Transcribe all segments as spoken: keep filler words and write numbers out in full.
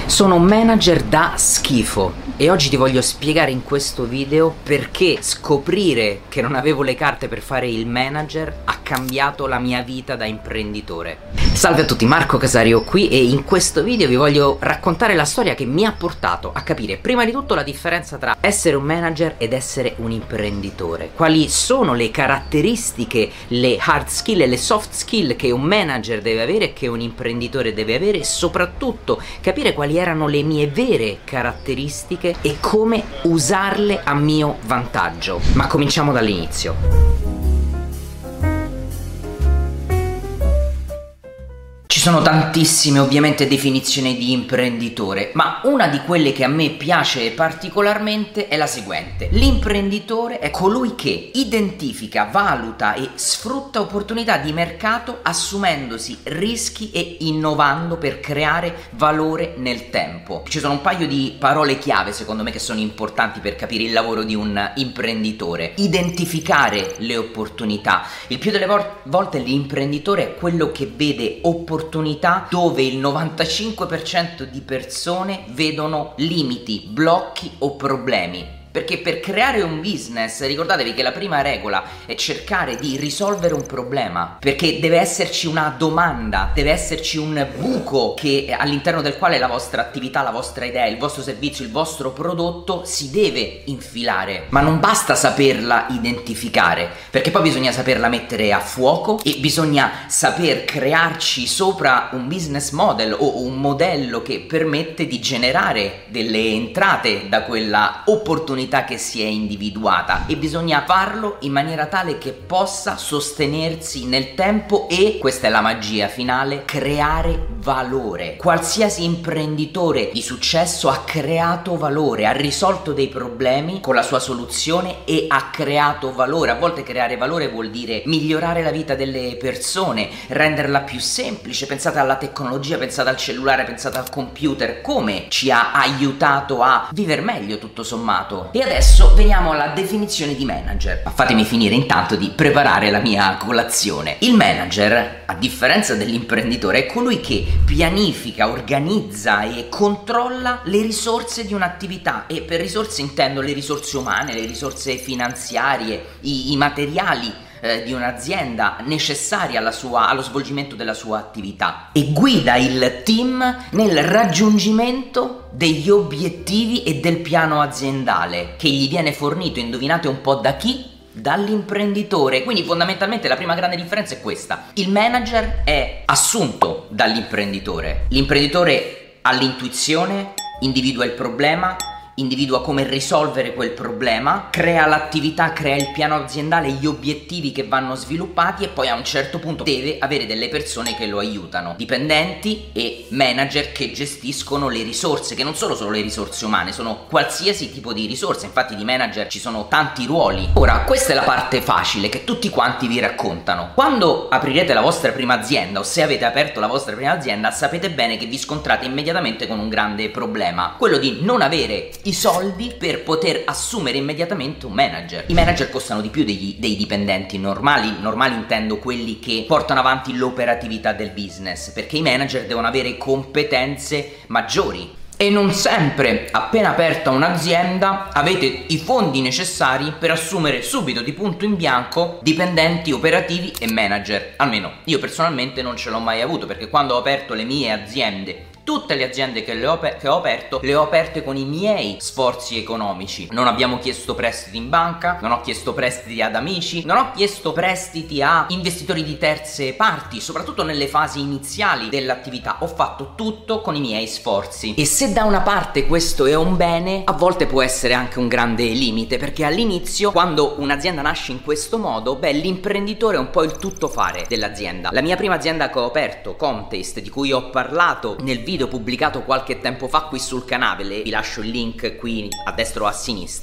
Sono un manager da schifo e oggi ti voglio spiegare in questo video perché scoprire che non avevo le carte per fare il manager ha cambiato la mia vita da imprenditore. Salve a tutti, Marco Casario qui e in questo video vi voglio raccontare la storia che mi ha portato a capire prima di tutto la differenza tra essere un manager ed essere un imprenditore. Quali sono le caratteristiche, le hard skill e le soft skill che un manager deve avere e che un imprenditore deve avere e soprattutto capire quali erano le mie vere caratteristiche e come usarle a mio vantaggio. Ma cominciamo dall'inizio. Ci sono tantissime ovviamente definizioni di imprenditore, ma una di quelle che a me piace particolarmente è la seguente. L'imprenditore è colui che identifica, valuta e sfrutta opportunità di mercato assumendosi rischi e innovando per creare valore nel tempo. Ci sono un paio di parole chiave secondo me che sono importanti per capire il lavoro di un imprenditore. Identificare le opportunità. Il più delle volte l'imprenditore è quello che vede opportunità dove il novantacinque per cento di persone vedono limiti, blocchi o problemi. Perché per creare un business ricordatevi che la prima regola è cercare di risolvere un problema, perché deve esserci una domanda, deve esserci un buco che, all'interno del quale la vostra attività, la vostra idea, il vostro servizio, il vostro prodotto si deve infilare. Ma non basta saperla identificare, perché poi bisogna saperla mettere a fuoco e bisogna saper crearci sopra un business model o un modello che permette di generare delle entrate da quella opportunità che si è individuata, e bisogna farlo in maniera tale che possa sostenersi nel tempo e, questa è la magia finale, creare valore. Qualsiasi imprenditore di successo ha creato valore, ha risolto dei problemi con la sua soluzione e ha creato valore. A volte creare valore vuol dire migliorare la vita delle persone, renderla più semplice. Pensate alla tecnologia, pensate al cellulare, pensate al computer, come ci ha aiutato a vivere meglio tutto sommato. E adesso veniamo alla definizione di manager. Ma fatemi finire intanto di preparare la mia colazione. Il manager, a differenza dell'imprenditore, è colui che pianifica, organizza e controlla le risorse di un'attività, e per risorse intendo le risorse umane, le risorse finanziarie, i, i materiali eh, di un'azienda necessari alla sua, allo svolgimento della sua attività, e guida il team nel raggiungimento degli obiettivi e del piano aziendale che gli viene fornito, indovinate un po' da chi? Dall'imprenditore. Quindi fondamentalmente la prima grande differenza è questa: il manager è assunto dall'imprenditore, l'imprenditore ha l'intuizione, individua il problema, individua come risolvere quel problema, crea l'attività, crea il piano aziendale, gli obiettivi che vanno sviluppati, e poi a un certo punto deve avere delle persone che lo aiutano, dipendenti e manager che gestiscono le risorse, che non sono solo le risorse umane, sono qualsiasi tipo di risorse. Infatti di manager ci sono tanti ruoli. Ora, questa è la parte facile che tutti quanti vi raccontano. Quando aprirete la vostra prima azienda, o se avete aperto la vostra prima azienda, sapete bene che vi scontrate immediatamente con un grande problema, quello di non avere i soldi per poter assumere immediatamente un manager. I manager costano di più degli, dei dipendenti normali. Normali intendo quelli che portano avanti l'operatività del business, perché i manager devono avere competenze maggiori. E non sempre, appena aperta un'azienda, avete i fondi necessari per assumere subito di punto in bianco dipendenti operativi e manager. Almeno io personalmente non ce l'ho mai avuto, perché quando ho aperto le mie aziende, tutte le aziende che, le ho, che ho aperto, le ho aperte con i miei sforzi economici. Non abbiamo chiesto prestiti in banca, non ho chiesto prestiti ad amici, non ho chiesto prestiti a investitori di terze parti, soprattutto nelle fasi iniziali dell'attività. Ho fatto tutto con i miei sforzi. E se da una parte questo è un bene, a volte può essere anche un grande limite, perché all'inizio, quando un'azienda nasce in questo modo, beh, l'imprenditore è un po' il tuttofare dell'azienda. La mia prima azienda che ho aperto, Contest, di cui ho parlato nel video pubblicato qualche tempo fa qui sul canale, vi lascio il link qui a destra o a sinistra,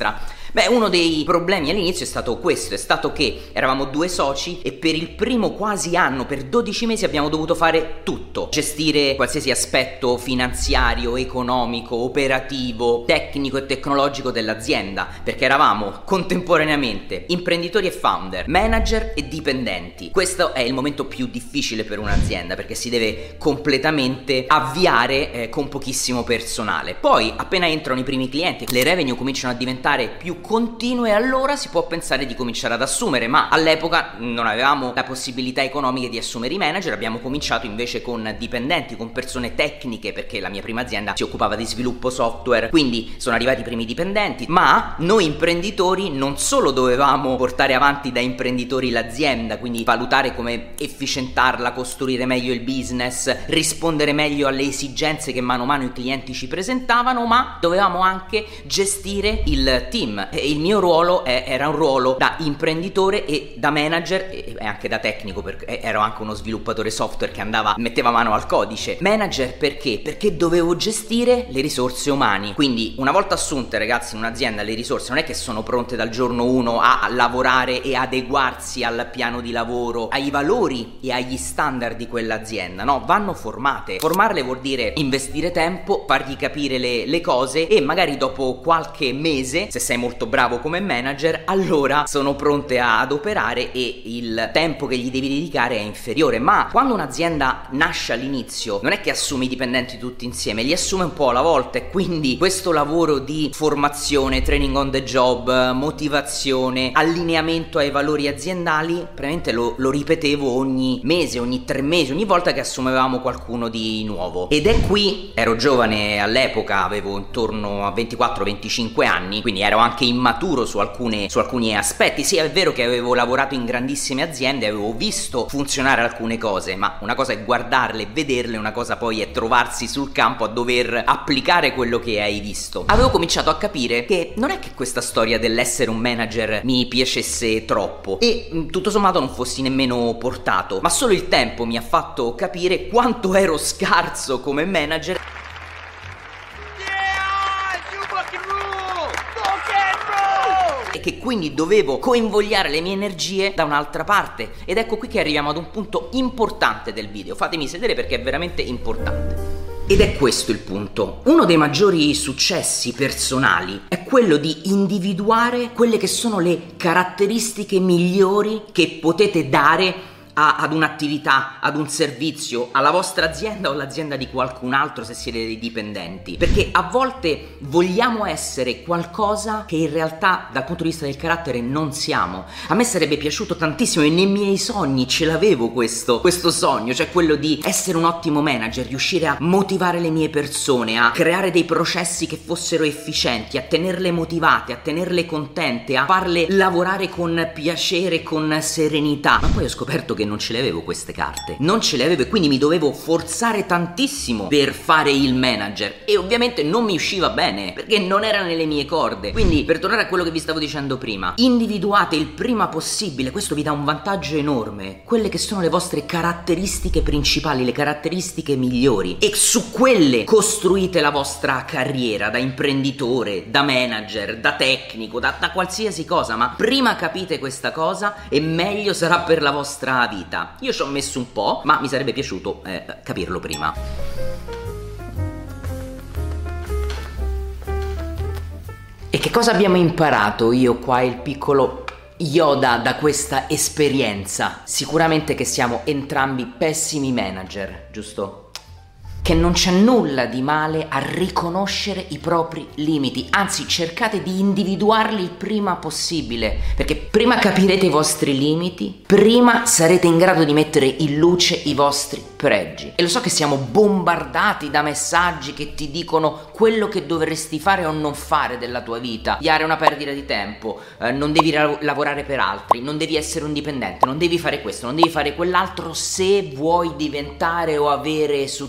Beh, uno dei problemi all'inizio è stato questo, è stato che eravamo due soci e per il primo quasi anno, per dodici mesi abbiamo dovuto fare tutto, gestire qualsiasi aspetto finanziario, economico, operativo, tecnico e tecnologico dell'azienda, perché eravamo contemporaneamente imprenditori e founder, manager e dipendenti. Questo è il momento più difficile per un'azienda, perché si deve completamente avviare eh, con pochissimo personale. Poi appena entrano i primi clienti, le revenue cominciano a diventare più continue, allora si può pensare di cominciare ad assumere, ma all'epoca non avevamo la possibilità economica di assumere i manager. Abbiamo cominciato invece con dipendenti, con persone tecniche, perché la mia prima azienda si occupava di sviluppo software, quindi sono arrivati i primi dipendenti. Ma noi imprenditori non solo dovevamo portare avanti da imprenditori l'azienda, quindi valutare come efficientarla, costruire meglio il business, rispondere meglio alle esigenze che mano a mano i clienti ci presentavano, ma dovevamo anche gestire il team. E il mio ruolo è, era un ruolo da imprenditore e da manager e, e anche da tecnico, perché ero anche uno sviluppatore software che andava, metteva mano al codice. Manager perché? Perché dovevo gestire le risorse umane. Quindi una volta assunte, ragazzi, in un'azienda le risorse non è che sono pronte dal giorno uno a lavorare e adeguarsi al piano di lavoro, ai valori e agli standard di quell'azienda, no, vanno formate. Formarle vuol dire investire tempo, fargli capire le, le cose, e magari dopo qualche mese, se sei molto bravo come manager, allora sono pronte ad operare e il tempo che gli devi dedicare è inferiore. Ma quando un'azienda nasce all'inizio non è che assume i dipendenti tutti insieme, li assume un po' alla volta, e quindi questo lavoro di formazione, training on the job, motivazione, allineamento ai valori aziendali, praticamente lo, lo ripetevo ogni mese, ogni tre mesi, ogni volta che assumevamo qualcuno di nuovo. Ed è qui, ero giovane all'epoca, avevo intorno a ventiquattro venticinque anni, quindi ero anche immaturo su, alcune, su alcuni aspetti. Sì, è vero che avevo lavorato in grandissime aziende, avevo visto funzionare alcune cose, ma una cosa è guardarle e vederle, una cosa poi è trovarsi sul campo a dover applicare quello che hai visto. Avevo cominciato a capire che non è che questa storia dell'essere un manager mi piacesse troppo e tutto sommato non fossi nemmeno portato, ma solo il tempo mi ha fatto capire quanto ero scarso come manager e che quindi dovevo coinvogliare le mie energie da un'altra parte. Ed ecco qui che arriviamo ad un punto importante del video. Fatemi sedere perché è veramente importante. Ed è questo il punto. Uno dei maggiori successi personali è quello di individuare quelle che sono le caratteristiche migliori che potete dare a, ad un'attività, ad un servizio, alla vostra azienda o all'azienda di qualcun altro se siete dei dipendenti. Perché a volte vogliamo essere qualcosa che in realtà dal punto di vista del carattere non siamo. A me sarebbe piaciuto tantissimo, e nei miei sogni ce l'avevo questo, questo sogno, cioè quello di essere un ottimo manager, riuscire a motivare le mie persone, a creare dei processi che fossero efficienti, a tenerle motivate, a tenerle contente, a farle lavorare con piacere, con serenità. Ma poi ho scoperto che non ce le avevo queste carte, non ce le avevo, e quindi mi dovevo forzare tantissimo per fare il manager, e ovviamente non mi usciva bene perché non era nelle mie corde. Quindi, per tornare a quello che vi stavo dicendo prima, individuate il prima possibile, questo vi dà un vantaggio enorme, quelle che sono le vostre caratteristiche principali, le caratteristiche migliori, e su quelle costruite la vostra carriera da imprenditore, da manager, da tecnico, da, da qualsiasi cosa. Ma prima capite questa cosa e meglio sarà per la vostra vita. Io ci ho messo un po', ma mi sarebbe piaciuto eh, capirlo prima. E che cosa abbiamo imparato io qua, il piccolo Yoda, da questa esperienza? Sicuramente che siamo entrambi pessimi manager, giusto? Che non c'è nulla di male a riconoscere i propri limiti, anzi cercate di individuarli il prima possibile, perché prima capirete i vostri limiti, prima sarete in grado di mettere in luce i vostri pregi. E lo so che siamo bombardati da messaggi che ti dicono quello che dovresti fare o non fare della tua vita. Studiare è una perdita di tempo, eh, non devi la- lavorare per altri, non devi essere un dipendente, non devi fare questo, non devi fare quell'altro se vuoi diventare o avere successo.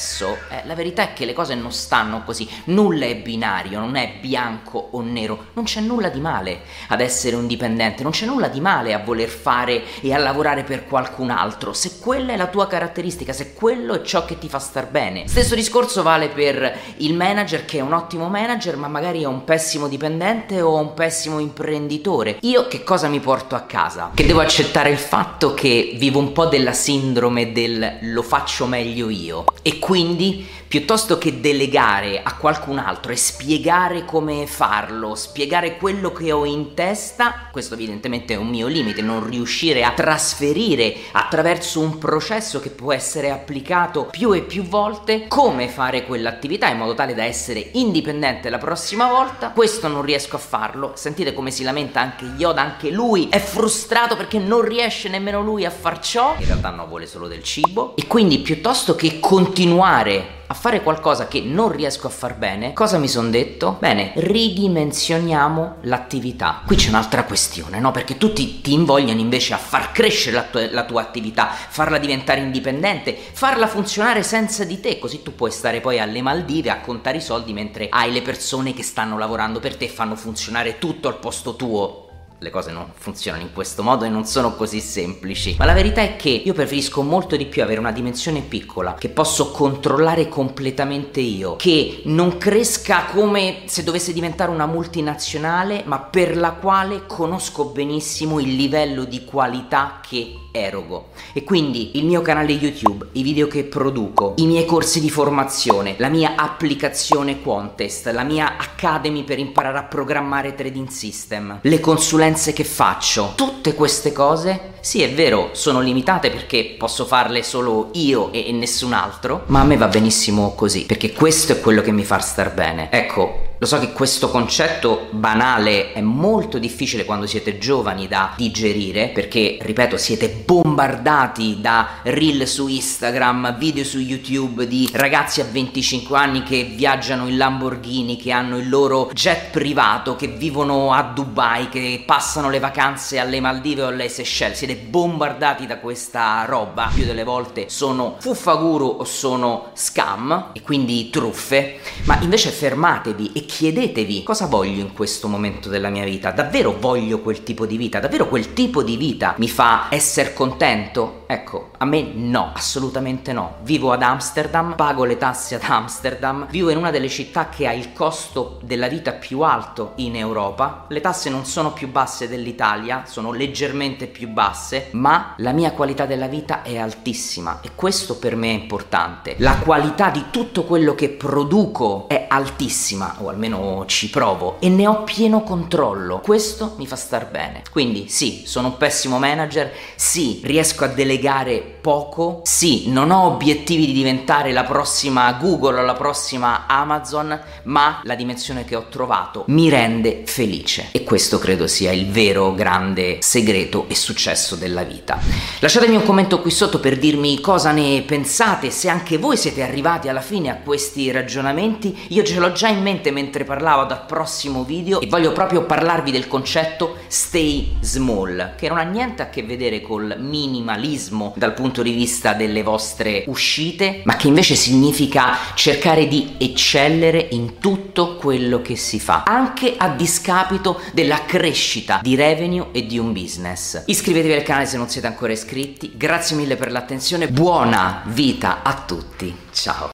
adesso, eh, la verità è che le cose non stanno così, nulla è binario, non è bianco o nero, non c'è nulla di male ad essere un dipendente, non c'è nulla di male a voler fare e a lavorare per qualcun altro, se quella è la tua caratteristica, se quello è ciò che ti fa star bene. Stesso discorso vale per il manager che è un ottimo manager ma magari è un pessimo dipendente o un pessimo imprenditore. Io che cosa mi porto a casa? Che devo accettare il fatto che vivo un po' della sindrome del lo faccio meglio io, e quindi piuttosto che delegare a qualcun altro e spiegare come farlo, spiegare quello che ho in testa, questo evidentemente è un mio limite, non riuscire a trasferire attraverso un processo che può essere applicato più e più volte come fare quell'attività in modo tale da essere indipendente la prossima volta, questo non riesco a farlo. Sentite come si lamenta anche Yoda, anche lui è frustrato perché non riesce nemmeno lui a far ciò, in realtà no, vuole solo del cibo, e quindi piuttosto che continuare a fare qualcosa che non riesco a far bene, cosa mi son detto? Bene, ridimensioniamo l'attività. Qui c'è un'altra questione, no? Perché tutti ti invogliano invece a far crescere la tua, la tua attività, farla diventare indipendente, farla funzionare senza di te, così tu puoi stare poi alle Maldive a contare i soldi mentre hai le persone che stanno lavorando per te e fanno funzionare tutto al posto tuo. Le cose non funzionano in questo modo e non sono così semplici, ma la verità è che io preferisco molto di più avere una dimensione piccola che posso controllare completamente io, che non cresca come se dovesse diventare una multinazionale, ma per la quale conosco benissimo il livello di qualità che erogo. E quindi il mio canale YouTube, i video che produco, i miei corsi di formazione, la mia applicazione Quantest, la mia Academy per imparare a programmare trading system, le consulenze che faccio, tutte queste cose, sì è vero, sono limitate perché posso farle solo io e, e nessun altro, ma a me va benissimo così, perché questo è quello che mi fa star bene. Ecco, lo so che questo concetto banale è molto difficile quando siete giovani da digerire, perché, ripeto, siete bombardati da reel su Instagram, video su YouTube di ragazzi a venticinque anni che viaggiano in Lamborghini, che hanno il loro jet privato, che vivono a Dubai, che passano le vacanze alle Maldive o alle Seychelles. Siete bombardati da questa roba, più delle volte sono fuffaguru o sono scam e quindi truffe, ma invece fermatevi e chiedetevi: cosa voglio in questo momento della mia vita? Davvero voglio quel tipo di vita? Davvero quel tipo di vita mi fa essere contento? Ecco, a me no, assolutamente no. Vivo ad Amsterdam, pago le tasse ad Amsterdam, vivo in una delle città che ha il costo della vita più alto in Europa, le tasse non sono più basse dell'Italia, sono leggermente più basse, ma la mia qualità della vita è altissima e questo per me è importante. La qualità di tutto quello che produco è altissima, o almeno ci provo, e ne ho pieno controllo. Questo mi fa star bene. Quindi sì, sono un pessimo manager, sì, riesco a delegare poco, sì, non ho obiettivi di diventare la prossima Google o la prossima Amazon, ma la dimensione che ho trovato mi rende felice e questo credo sia il vero grande segreto e successo della vita. Lasciatemi un commento qui sotto per dirmi cosa ne pensate, se anche voi siete arrivati alla fine a questi ragionamenti. Io ce l'ho già in mente mentre parlavo dal prossimo video e voglio proprio parlarvi del concetto stay small, che non ha niente a che vedere col minimalismo dal punto di vista delle vostre uscite, ma che invece significa cercare di eccellere in tutto quello che si fa, anche a discapito della crescita di revenue e di un business. Iscrivetevi al canale se non siete ancora iscritti, grazie mille per l'attenzione, buona vita a tutti, ciao!